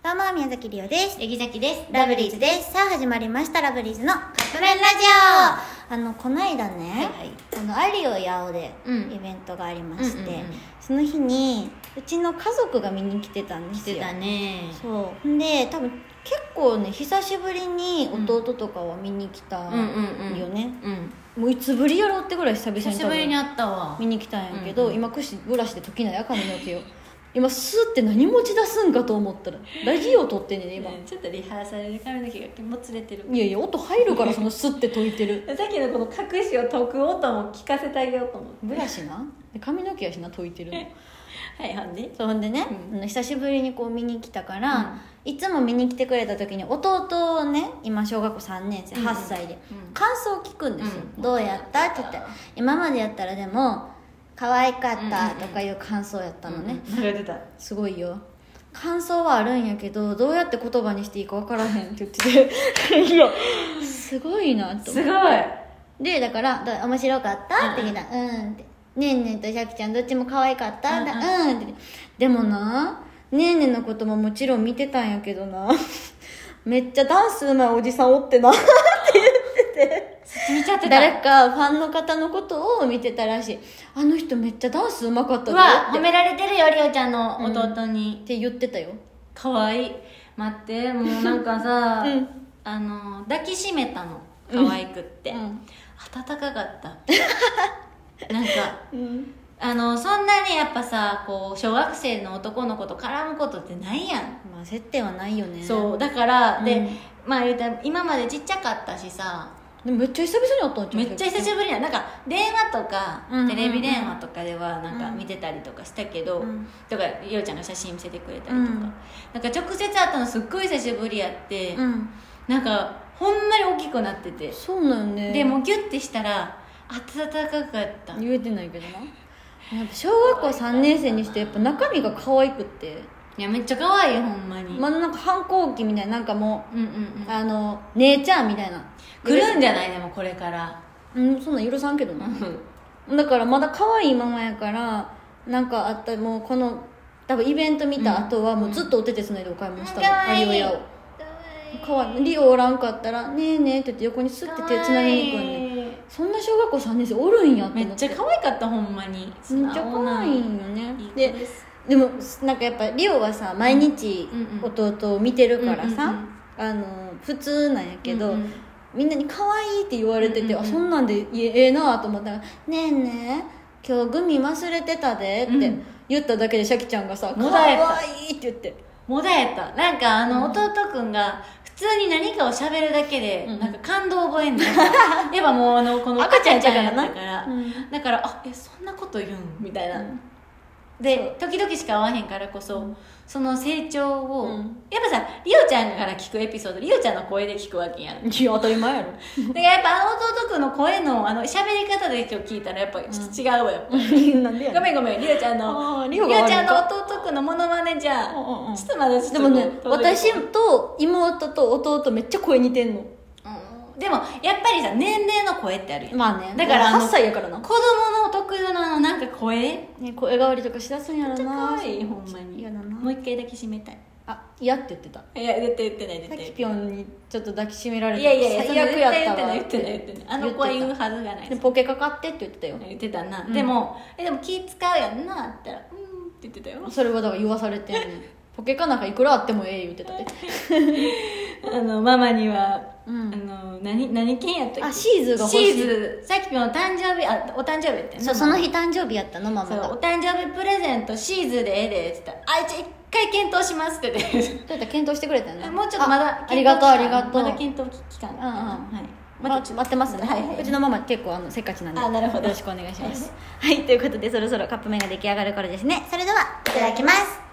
どうも、宮崎りおです。 ヤギザキです。 ラブリーズです。さあ、始まりました、ラブリーズのカップ麺ラジオ。こないだね、アリオヤオでイベントがありまして、その日にうちの家族が見に来てたんですよ。 来てたね。 そう。で、多分結構ね、久しぶりに弟とかは見に来たよね。もういつぶりやろうってぐらい久々に会ったわ。 見に来たんやけど、今くしブラシで解きないや髪の毛を。今スーって何持ち出すんかと思ったらラジオ撮ってんねん今、 ちょっとリハーサルで髪の毛がもつれてる。 いやいや音入るからそのスッて解いてるさっきのこの隠しを解く音も聞かせてあげようと思って。 ブラシなで髪の毛やしな解いてるのはいほんでそうほんでね、久しぶりにこう見に来たから、いつも見に来てくれた時に弟をね今小学校3年生8歳で、感想を聞くんですよ、どうやったって言って今までやったらでも可愛かったとかいう感想やったのね、すごいよ感想はあるんやけどどうやって言葉にしていいか分からへんって言ってていやすごいなと思ってすごいでだから面白かったって聞いたってねんねんとシャキちゃんどっちも可愛かったってでもなねんねんのことももちろん見てたんやけどなめっちゃダンスうまいおじさんおってなって言ってて見ちゃってた誰かファンの方のことを見てたらしいあの人めっちゃダンスうまかったでうわ褒められてるよりおちゃんの弟に、 って言ってたよかわいい待ってもうなんかさ、抱きしめたの可愛くって、温かかったなんか、そんなにやっぱさこう小学生の男の子と絡むことってないやん。 まあ接点はないよね。 そうだから、でまあ言うたら今までちっちゃかったしさでもめっちゃ久々に会ったんちゃう。 めっちゃ久しぶりやなんか電話とか、テレビ電話とかではなんか見てたりとかしたけど、とかりおちゃんが写真見せてくれたりとか、なんか直接会ったのすっごい久しぶりやって、なんかほんまに大きくなっててそうなんよね。 でもうギュッてしたら温かかった言えてないけどなやっぱ小学校3年生にしてやっぱ中身が可愛くっていやめっちゃ可愛いほんまにまだなんか反抗期みたいななんかもう、姉ちゃんみたいな来るんじゃないでもこれからそんなん許さんけどなだからまだ可愛いままやからなんかあったもうこの多分イベント見た後はもうずっとお手手つないでお買い物したの、アリオヤをかわいいリオおらんかったら「ねえねえ」って言って横にスッて手つなぎに行くんでそんな小学校3年生おるんやってめっちゃ可愛かったほんまにめっちゃ可愛いんよねでもなんかやっぱリオはさ毎日弟を見てるからさ普通なんやけど、みんなに可愛いって言われてて、そんなんでええなと思ったら「ねえねえ今日グミ忘れてたで」って言っただけでシャキちゃんがさ「可愛い」って言ってもだえたなんか弟くんが普通に何かを喋るだけでなんか感動を覚えんのやっぱもうこの赤ちゃんやったからだからそんなこと言うんみたいな、で時々しか会わへんからこそ、その成長を、やっぱさリオちゃんから聞くエピソードリオちゃんの声で聞くわけやん。 いや当たり前やろでやっぱ弟くんの声の喋り方で今日聞いたらやっぱちょっと違うわよ、 なんでやごめんごめんリオちゃんのリオちゃんの弟くんのモノマネじゃん、ちょっとまだちょっとでもね私と妹と弟めっちゃ声似てんの、 でもやっぱりさ年齢の声ってあるよ。 まあねだから 8歳やからな子供の特有のなんか声、 ね、声変わりとかしだすんやろな。 めっちゃ可愛いほんまに。 嫌だな。 もう一回抱きしめたい。 嫌って言ってた。 いや絶対言ってない絶対さきぴょんにちょっと抱きしめられていや最悪やったわ言ってないあの子は言うはずがない。 でポケかかってって言ってたよ。 言ってたな、でも気使うやんなって言ったらって言ってたよ。 それはだから言わされてんのポケかなんかいくらあってもええ言ってたでママには、何犬やったっけ。 シーズが欲しい。 シーズさっきの誕生日お誕生日やったよそうその日誕生日やったのママが。 お誕生日プレゼントシーズでええでって言ったら一回検討しますって言ってどうやったら検討してくれたの。 もうちょっとまだありがとうありがとうまだ検討期間待ってますね、うちのママ結構せっかちなんでなるほどよろしくお願いしますはいということでそろそろカップ麺が出来上がる頃ですね。それではいただきます。